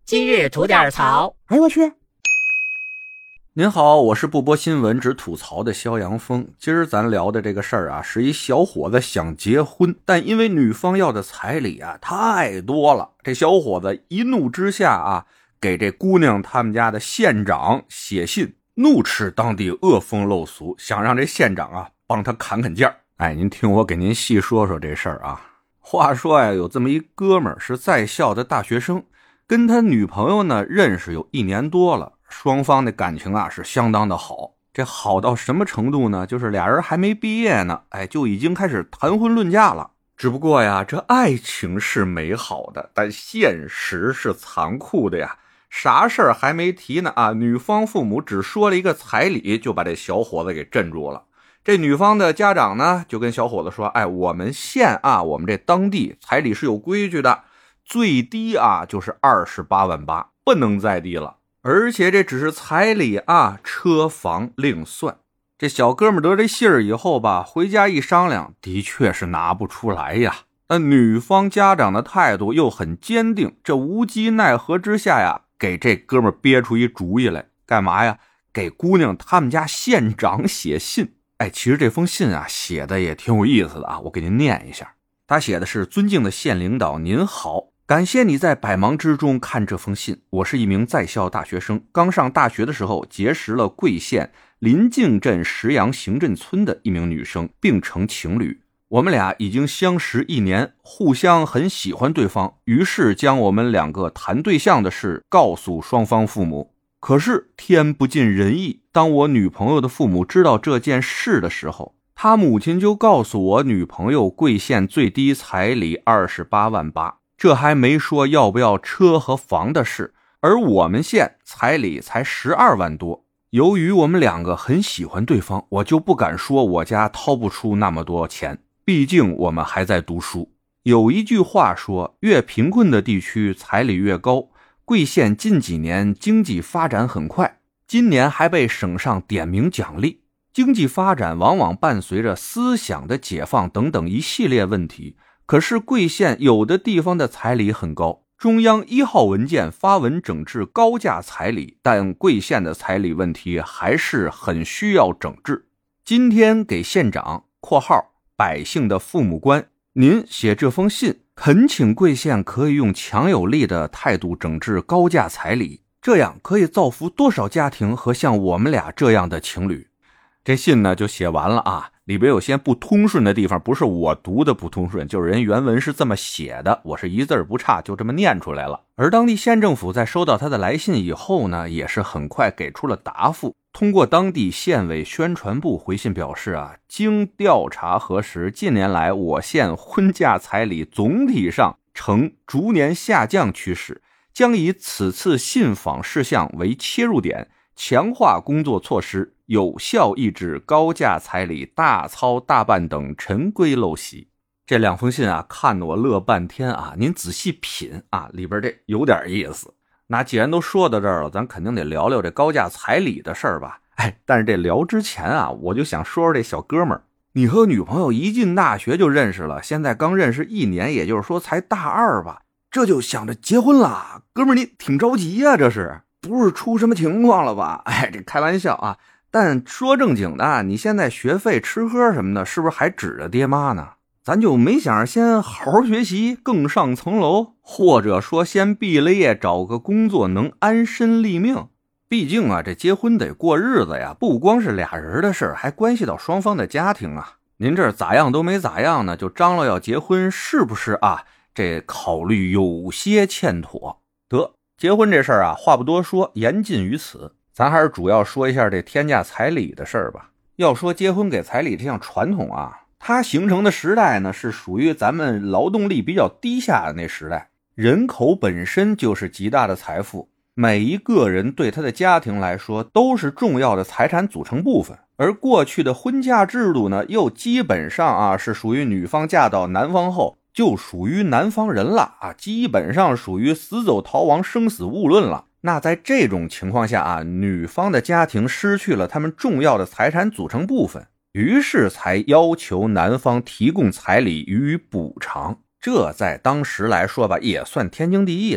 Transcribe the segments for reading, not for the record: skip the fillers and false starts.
今日吐点槽。 哎我去！ 您好，我是不播新闻只吐槽的肖阳峰。今儿咱聊的这个事儿啊，是一小伙子想结婚，但因为女方要的彩礼啊太多了，这小伙子一怒之下啊，给这姑娘他们家的县长写信，怒斥当地恶风陋俗，想让这县长啊帮他砍价。哎，您听我给您细说说这事儿啊。话说呀，有这么一哥们儿是在校的大学生，跟他女朋友呢认识有1年多了，双方的感情啊是相当的好。这好到什么程度呢？就是俩人还没毕业呢，就已经开始谈婚论嫁了。只不过呀，这爱情是美好的，但现实是残酷的呀。啥事儿还没提呢啊，女方父母只说了一个彩礼，就把这小伙子给镇住了。这女方的家长呢就跟小伙子说，我们县啊，我们这当地彩礼是有规矩的，最低啊就是28万8，不能再低了。而且这只是彩礼啊，车房另算。这小哥们得这信儿以后吧，回家一商量，的确是拿不出来呀。但女方家长的态度又很坚定，这无计奈何之下呀，给这哥们憋出一主意来，干嘛呀？给姑娘他们家县长写信。其实这封信啊写的也挺有意思的啊，我给您念一下。他写的是：尊敬的县领导您好，感谢你在百忙之中看这封信，我是一名在校大学生，刚上大学的时候结识了贵县临近镇石阳行镇村的一名女生，并成情侣。我们俩已经相识1年，互相很喜欢对方，于是将我们2个谈对象的事告诉双方父母。可是天不尽人意，当我女朋友的父母知道这件事的时候，他母亲就告诉我女朋友贵县最低彩礼28万8，这还没说要不要车和房的事，而我们县彩礼才12万多。由于我们2个很喜欢对方，我就不敢说我家掏不出那么多钱，毕竟我们还在读书。有一句话说，越贫困的地区彩礼越高，贵县近几年经济发展很快，今年还被省上点名奖励。经济发展往往伴随着思想的解放等等一系列问题，可是贵县有的地方的彩礼很高，中央1号文件发文整治高价彩礼，但贵县的彩礼问题还是很需要整治。今天给县长（括号百姓的父母官）您写这封信，恳请贵县可以用强有力的态度整治高价彩礼，这样可以造福多少家庭和像我们俩这样的情侣。这信呢就写完了啊，里边有些不通顺的地方，不是我读的不通顺，就是人原文是这么写的，我是一字不差就这么念出来了。而当地县政府在收到他的来信以后呢，也是很快给出了答复。通过当地县委宣传部回信表示啊，经调查核实，近年来我县婚嫁彩礼总体上呈逐年下降趋势，将以此次信访事项为切入点，强化工作措施，有效抑制高价彩礼大操大办等陈规陋习。这2封信啊，看得我乐半天啊！您仔细品啊，里边这有点意思。那既然都说到这儿了，咱肯定得聊聊这高价彩礼的事儿吧。但是这聊之前啊，我就想说说这小哥们儿。你和女朋友一进大学就认识了，现在刚认识1年，也就是说才大2吧，这就想着结婚了，哥们儿你挺着急啊，这是不是出什么情况了吧？这开玩笑啊。但说正经的，你现在学费吃喝什么的，是不是还指着爹妈呢？咱就没想着先好好学习更上层楼，或者说先毕了业找个工作能安身立命。毕竟啊，这结婚得过日子呀，不光是俩人的事，还关系到双方的家庭啊。您这咋样都没咋样呢，就张罗要结婚，是不是啊？这考虑有些欠妥。得，结婚这事儿啊，话不多说，言尽于此。咱还是主要说一下这天价彩礼的事儿吧。要说结婚给彩礼这项传统啊，它形成的时代呢，是属于咱们劳动力比较低下的那时代，人口本身就是极大的财富，每一个人对他的家庭来说都是重要的财产组成部分。而过去的婚嫁制度呢，又基本上啊是属于女方嫁到男方后就属于男方人了啊，基本上属于死走逃亡生死勿论了。那在这种情况下啊，女方的家庭失去了他们重要的财产组成部分，于是才要求男方提供彩礼予以补偿。这在当时来说吧，也算天经地义的啊。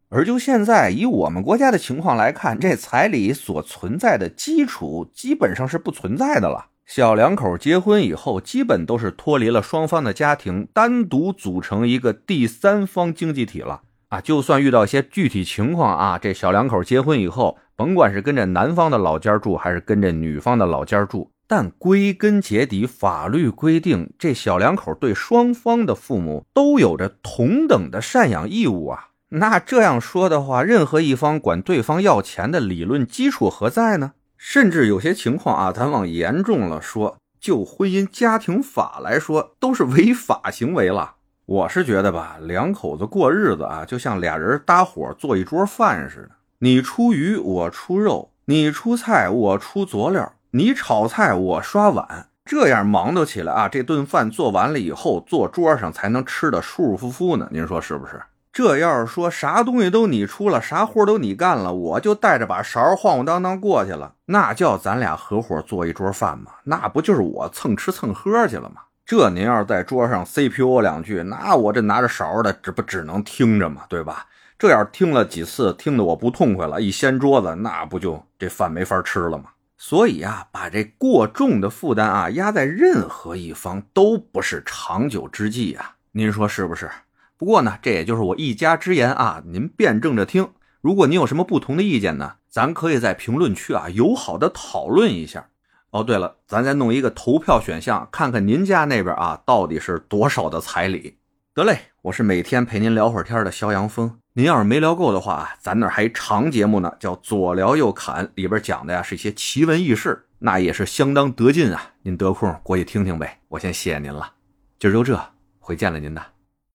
而就现在以我们国家的情况来看，这彩礼所存在的基础基本上是不存在的了。小两口结婚以后，基本都是脱离了双方的家庭，单独组成一个第三方经济体了啊。就算遇到一些具体情况啊，这小两口结婚以后，甭管是跟着男方的老家住还是跟着女方的老家住，但归根结底法律规定，这小两口对双方的父母都有着同等的赡养义务啊。那这样说的话，任何一方管对方要钱的理论基础何在呢？甚至有些情况啊，咱往严重了说，就婚姻家庭法来说，都是违法行为了。我是觉得吧，两口子过日子啊，就像俩人搭伙做一桌饭似的，你出鱼我出肉，你出菜我出佐料，你炒菜我刷碗，这样忙叨起来啊，这顿饭做完了以后，坐桌上才能吃得舒舒服服呢，您说是不是？这要是说啥东西都你出了，啥活都你干了，我就带着把勺晃晃荡荡过去了，那叫咱俩合伙做一桌饭吗？那不就是我蹭吃蹭喝去了吗？这您要是在桌上 CPU 两句，那我这拿着勺的这不只能听着吗？对吧？这要是听了几次，听得我不痛快了，一掀桌子，那不就这饭没法吃了吗？所以啊，把这过重的负担啊压在任何一方都不是长久之计啊，您说是不是？不过呢，这也就是我一家之言啊，您辩证着听。如果您有什么不同的意见呢，咱可以在评论区啊友好的讨论一下。哦，对了，咱再弄一个投票选项，看看您家那边啊到底是多少的彩礼。得嘞，我是每天陪您聊会儿天的肖阳峰。您要是没聊够的话，咱那儿还长节目呢，叫左聊右侃，里边讲的呀是一些奇闻异事，那也是相当得劲啊。您得空过去听听呗。我先谢谢您了，今儿就这，回见了您的。